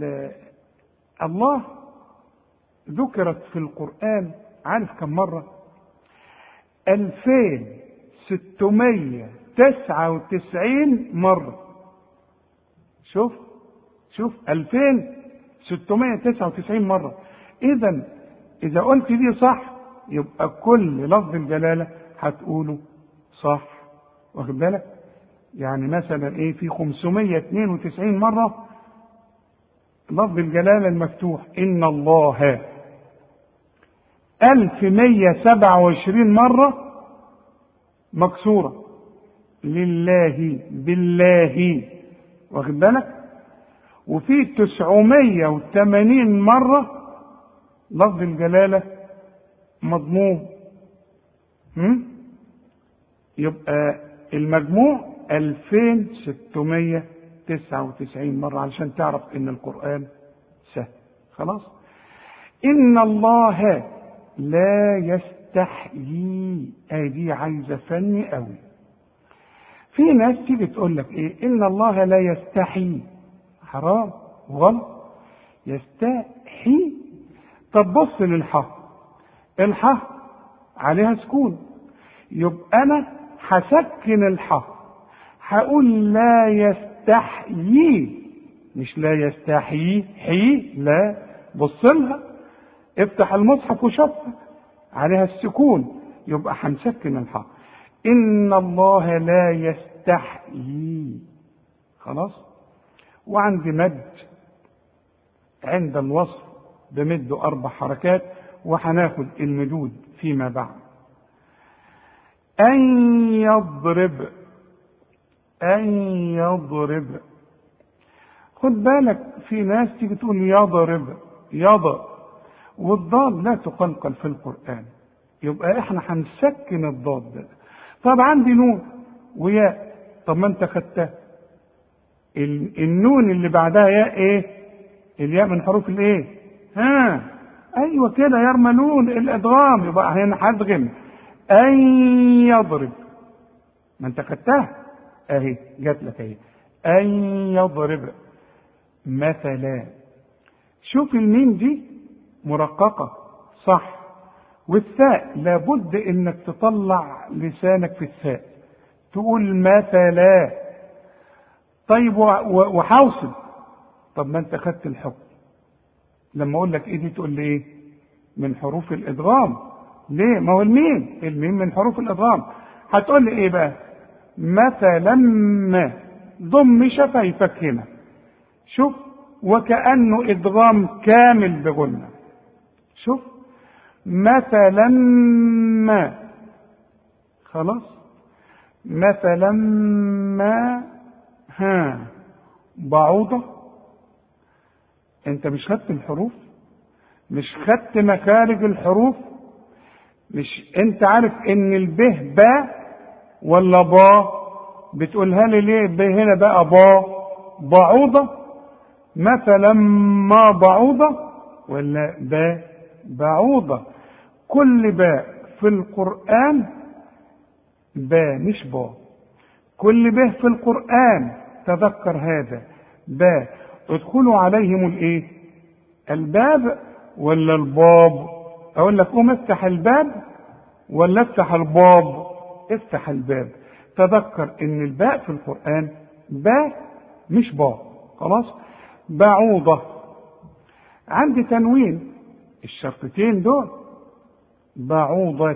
الله ذكرت في القرآن عارف كم مرة؟ ألفين ستمية تسعة وتسعين مرة. شوف شوف ألفين ستمية تسعة وتسعين مرة. اذا اذا قلت دي صح يبقى كل لفظ الجلالة هتقوله صح. واخد بالك؟ يعني مثلا ايه في خمسمية اتنين وتسعين مرة لفظ الجلالة المفتوح ان الله. ألف مية سبعة وعشرين مرة مكسورة لله بالله. واخد بالك؟ وفي تسعمية وثمانين مرة لفظ الجلالة مضموم. يبقى المجموع ألفين ستمية تسعة وتسعين مرة علشان تعرف ان القرآن سهل. خلاص. ان الله لا يستحيي. ادي عايزة فن قوي. في ناس تيجي تقول لك ايه ان الله لا يستحي. حرام غلط. يستحي. طب بص للحاء. الحاء عليها سكون يبقى انا هسكن الحاء هقول لا يستحيي مش لا يستحيي حي. لا بص لها افتح المصحف وشوفها عليها السكون يبقى هنسكن الحاء. ان الله لا يستحيي. خلاص. وعندي مد عند الوصف بمد اربع حركات وهناخد المدود فيما بعد. ان يضرب. ان يضرب. خد بالك في ناس تيجي تقول يضرب يضرب والضاد لا تقلقل في القرآن يبقى احنا هنسكن الضاد ده. طب عندي نون وياء. طب ما انت خدتها النون اللي بعدها ياء ايه؟ الياء من حروف الايه؟ ها ايوه كده يرملون الادغام يبقى هنا هدغم. ان يضرب ما انت خدتها اهي جات لك اهي. ان يضرب مثلا. شوف الميم دي مرققة صح والثاء لابد انك تطلع لسانك في الثاء تقول مثلا. طيب وحوصل. طب ما انت خدت الحكم، لما اقول لك ايه دي تقول لي ايه؟ من حروف الادغام. ليه؟ ما هو الميم، الميم من حروف الادغام. هتقول لي ايه بقى؟ مثلا ما، ضم شفايفك هنا، شوف، وكأنه ادغام كامل بغنة. شوف، مثلا ما، خلاص، مثلا ما، ها، بعوضة. انت مش خدت الحروف؟ مش خدت مخارج الحروف؟ مش انت عارف ان البه با ولا با؟ بتقولها لي ليه ب هنا بقى با؟ بعوضة. مثلا ما بعوضة ولا با بعوضة. كل باء في القرآن با مش با. كل به في القرآن تذكر هذا با. ادخلوا عليهم الايه؟ الباب ولا الباب؟ اقول لك قوم افتح الباب ولا افتح الباب؟ افتح الباب. تذكر ان الباء في القرآن با مش با. خلاص. بعوضة عندي تنوين، الشرطتين دول بعوضة،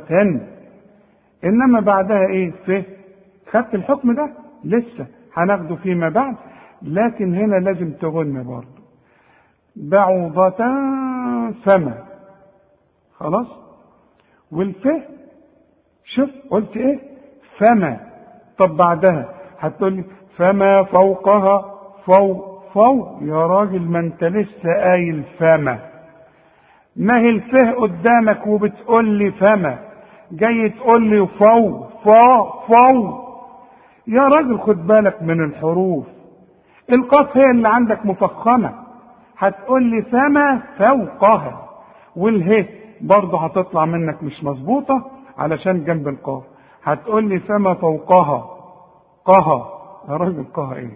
انما بعدها ايه؟ ف. خدت الحكم ده؟ لسه هناخده فيما بعد، لكن هنا لازم تغن برضه. بعوضة فما، خلاص. والف شوف قلت ايه؟ فما. طب بعدها هتقول لي فما فوقها، فوق فوق يا راجل، ما انت لسه قايل فما. ما هي الفه قدامك وبتقول لي فما، جاي تقول لي فوق فا فوق. يا راجل خد بالك من الحروف. القاف هي اللي عندك مفخمة، هتقول لي فما فوقها، والهي برضه هتطلع منك مش مظبوطة علشان جنب القاف. هتقول لي فما فوقها، قها. يا راجل قها ايه؟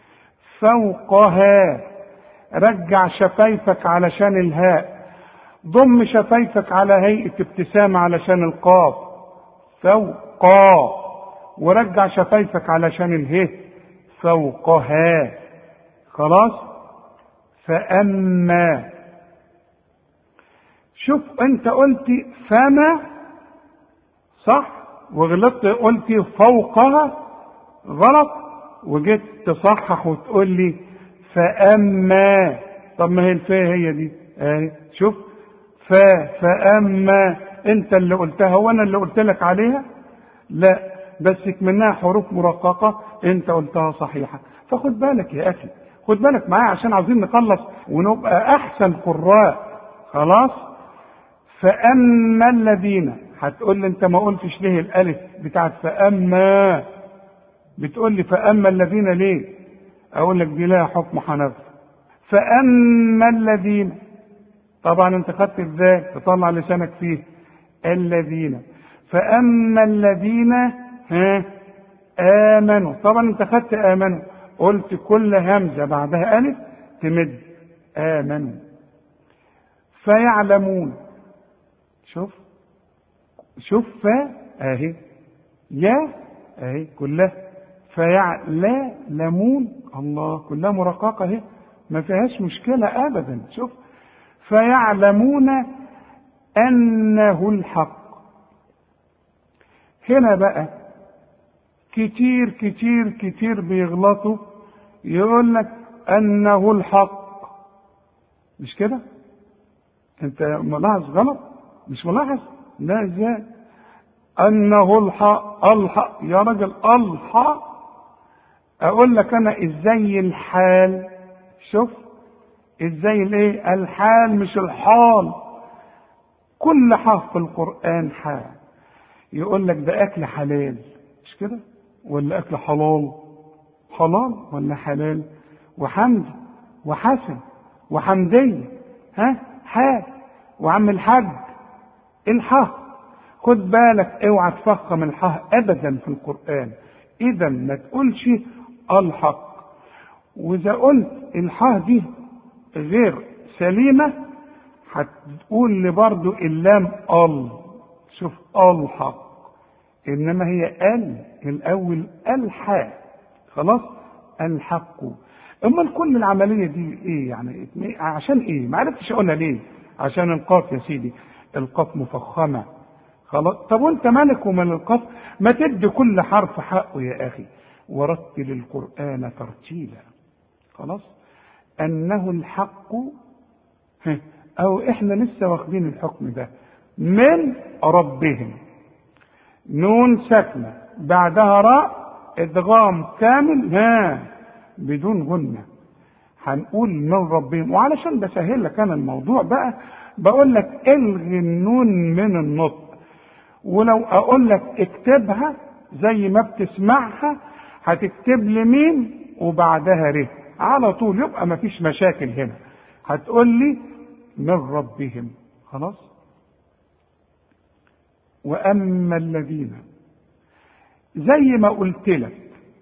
فوقها. رجع شفايفك علشان الهاء، ضم شفايفك على هيئة ابتسامة علشان القاف، فوقا، ورجع شفايفك علشان اله، فوقها. خلاص. فأما، شوف انت قلت فما صح وغلطت قلت فوقها غلط، وجيت تصحح وتقول لي فأما. طب ما هي الفاء هي دي اهي، شوف، فا فأما انت اللي قلتها وانا اللي قلت لك عليها؟ لا، بس منها حروف مرققة انت قلتها صحيحة. فخد بالك يا اخي، خد بالك معايا عشان عاوزين نخلص ونبقى احسن قراء. خلاص. فأما الذين، هتقول لي انت ما قلتش ليه الالف بتاعت فأما؟ بتقول لي فأما الذين ليه؟ اقول لك دي لها حكم حنفي. فأما الذين، طبعا انت خدت ازاي تطلع لسانك فيه الذين. فأما الذين ها آمنوا، طبعا انت خدت آمنوا، قلت كل همزة بعدها ألف تمد آمنوا. فيعلمون، شوف شوف فا اهي، يا اهي كلها فيعلمون، الله كلها مرققة اهي، ما فيهاش مشكلة أبدا. شوف، فيعلمون أنه الحق. هنا بقى كتير كتير كتير بيغلطوا، يقول لك أنه الحق، مش كده؟ أنت ملاحظ غلط؟ مش ملاحظ؟ لا، ازاي؟ أنه الحق، الحق يا راجل، الحق. أقول لك أنا إزاي الحال، شوف ازاي الايه؟ الحال مش الحال. كل حرف في القرآن حال. يقول لك ده اكل حلال، مش كده؟ ولا اكل حلال؟ حلال ولا حلال؟ وحمد وحسن وحمدية، ها، حال. وعم الحج الحاء، خد بالك اوعى تفخم الحاء ابدا في القرآن. اذا ما تقولش الحق. واذا قلت الحاء دي غير سليمة هتقول لي برضو اللام ال، شوف الحق، انما هي ال الاول الحاء. خلاص. الحق. امال كل العمليه دي ايه يعني؟ عشان ايه؟ ما عرفتش اقولها ليه؟ عشان القاف يا سيدي، القاف مفخمه خلاص. طب وانت مالك ومال القاف؟ ما تدي كل حرف حقه يا اخي. ورتل القران ترتيلا. خلاص. انه الحق، او احنا لسه واخدين الحكم ده من ربهم. نون ساكنه بعدها راء ادغام كامل ها بدون غنه. هنقول من ربهم. وعلشان بسهل لك انا الموضوع بقى بقول لك الغي النون من النطق. ولو اقول لك اكتبها زي ما بتسمعها هتكتب لي ميم وبعدها ر على طول، يبقى ما فيش مشاكل هنا. هتقول لي من ربهم. خلاص. واما الذين زي ما قلت لك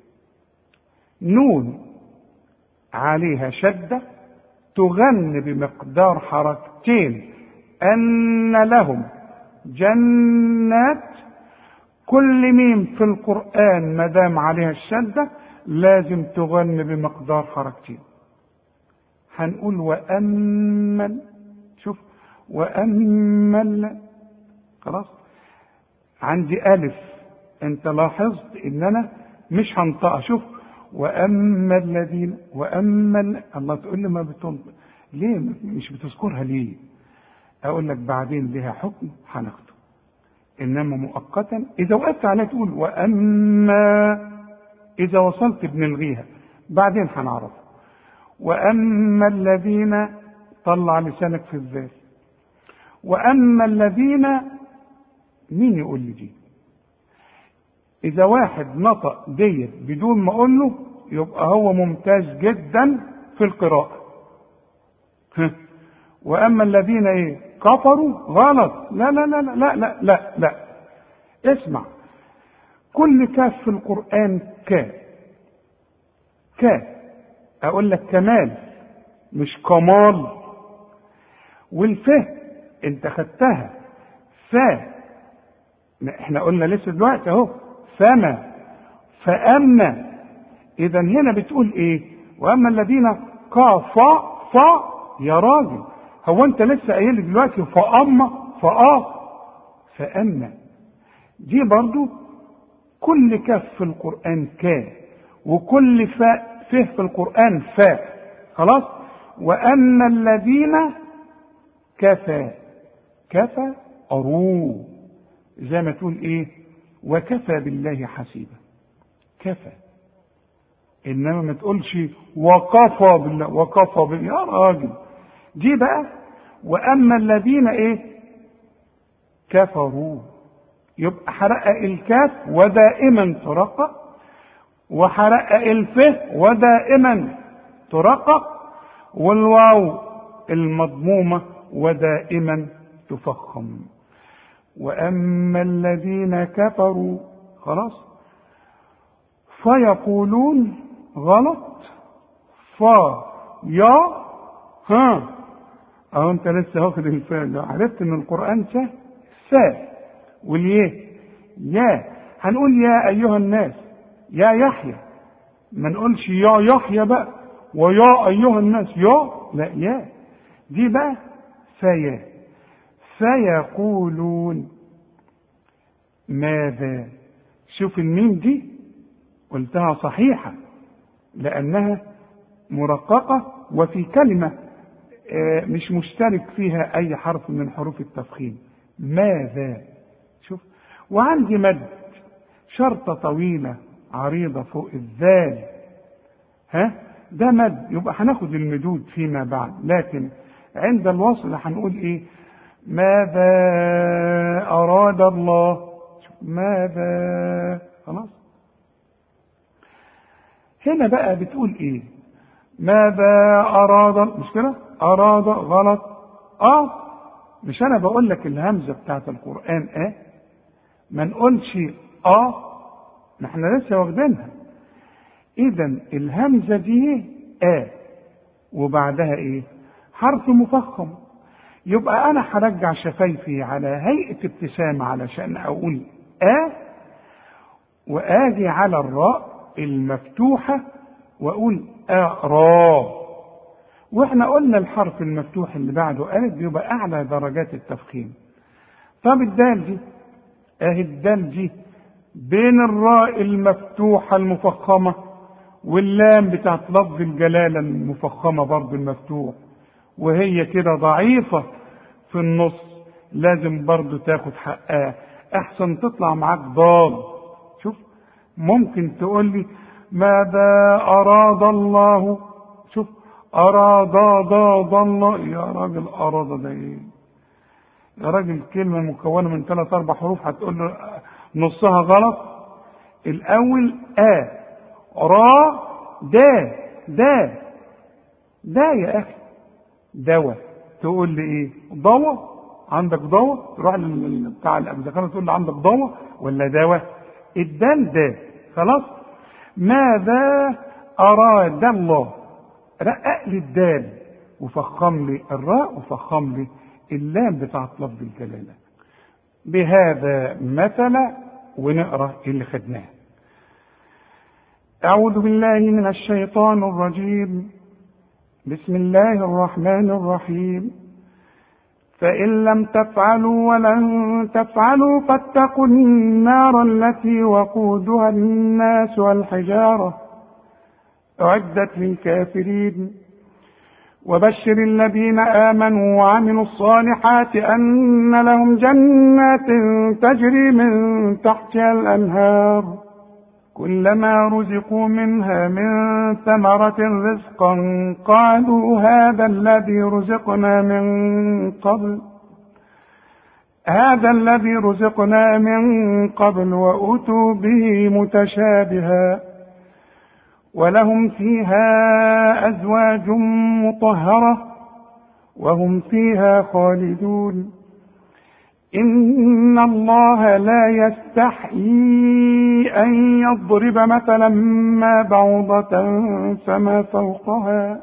نون عليها شدة تغن بمقدار حركتين. أن لهم جنات. كل ميم في القرآن ما دام عليها الشدة لازم تغن بمقدار حركتين. هنقول وأمل. شوف وأمل. خلاص. عندي ألف، أنت لاحظت إن أنا مش هنطقها. شوف واما الذين واما الله تقول لي ما بتنطق ليه؟ مش بتذكرها ليه؟ اقول لك بعدين لها حكم هناخده، انما مؤقتا اذا وقفت عليها تقول واما، اذا وصلت بنلغيها بعدين هنعرف. واما الذين طلع لسانك في الذال. واما الذين مين يقول لي دي؟ إذا واحد نطق ديت بدون ما أقول له يبقى هو ممتاز جدا في القراءة. وأما الذين إيه؟ كفروا. غلط. لا لا لا لا لا لا لا. اسمع، كل كاف في القرآن كا كا أقول لك كمال مش كمال. والفه أنت خدتها فا. احنا قلنا لسه دلوقتي اهو فما فأما. إذا هنا بتقول إيه؟ وأما الذين كافا فا. يا راجل هو أنت لسه قايل دلوقتي فأما فآ فأما. دي برضو كل كاف في القرآن كا، وكل فاء فيه في القرآن فاء. خلاص. وأما الذين كفى كفى أرو، زي ما تقول إيه؟ وكفى بالله حسيبا. كفى. انما ما تقولش وكفى بالله وكفى بالله يا راجل. دي بقى واما الذين ايه؟ كفروا. يبقى حرقق الكاف ودائما ترقق، وحرقق الفه ودائما ترقق، والواو المضمومه ودائما تفخم. وأما الذين كفروا. خلاص. فيقولون. غلط. فا يا ها. أو أنت لسه واخد الفاء، عرفت إن القرآن سهل. سا واليه يا. هنقول يا أيها الناس يا يحيى، ما نقولش يا يحيى بقى ويا أيها الناس يا. لا يا دي بقى فيا. فيقولون ماذا. شوف الميم دي قلتها صحيحة لأنها مرققة، وفي كلمة مش مشترك فيها أي حرف من حروف التفخيم. ماذا. شوف. وعندي مد شرطة طويلة عريضة فوق الذال. ها ده مد، يبقى هناخد المدود فيما بعد، لكن عند الوصل هنقول ايه؟ ماذا أراد الله. ماذا. خلاص. هنا بقى بتقول ايه؟ ماذا أراد. مش كده؟ أراد. غلط. اه مش انا بقول لك الهمزة بتاعت القرآن اه، ما نقولش اه، ما احنا لسه واخدينها. اذا الهمزة دي اه وبعدها ايه؟ حرف مفخم. يبقى انا هرجع شفايفي على هيئة ابتسامة علشان اقول اه، واجي على الراء المفتوحة وأقول أرى. وإحنا قلنا الحرف المفتوح اللي بعده ألف بيبقى أعلى درجات التفخيم. طب الدال دي أهي الدال دي بين الراء المفتوحة المفخمة واللام بتاعت لفظ الجلالة المفخمة برضه المفتوح، وهي كده ضعيفة في النص، لازم برضه تاخد حقها، احسن تطلع معاك ضاد. شوف ممكن تقول لي ماذا اراد الله، شوف اراد ضاد الله، يا راجل اراد ده ايه يا راجل؟ كلمة مكونة من ثلاث اربع حروف هتقول له نصها غلط. الاول ا را دا دا دا يا اخي دواء، تقول لي ايه ضوء؟ عندك ضوء؟ تروح بتاع الابزخانه تقول لي عندك ضوء ولا دواء؟ الدال ده خلاص. ماذا اراد الله، رقق لي الدال وفخم لي الراء وفخم لي اللام بتاعت لفظ الجلاله. بهذا مثل، ونقرا اللي خدناه. أعوذ بالله من الشيطان الرجيم. بسم الله الرحمن الرحيم. فإن لم تفعلوا ولن تفعلوا فاتقوا النار التي وقودها الناس والحجارة أعدت للكافرين وبشر الذين آمنوا وعملوا الصالحات أن لهم جنات تجري من تحتها الأنهار كلما رزقوا منها من ثمرة رزقا قالوا هذا الذي رزقنا من قبل هذا الذي رزقنا من قبل وأتوا به متشابها ولهم فيها أزواج مطهرة وهم فيها خالدون. إن الله لا يستحيي أن يضرب مثلا ما بعوضة فما فوقها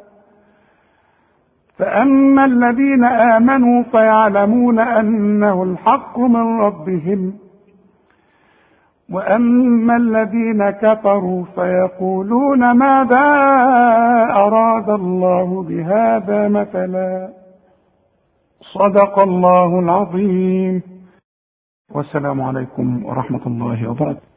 فأما الذين آمنوا فيعلمون أنه الحق من ربهم وأما الذين كفروا فيقولون ماذا أراد الله بهذا مثلا. صدق الله العظيم. والسلام عليكم ورحمة الله وبركاته.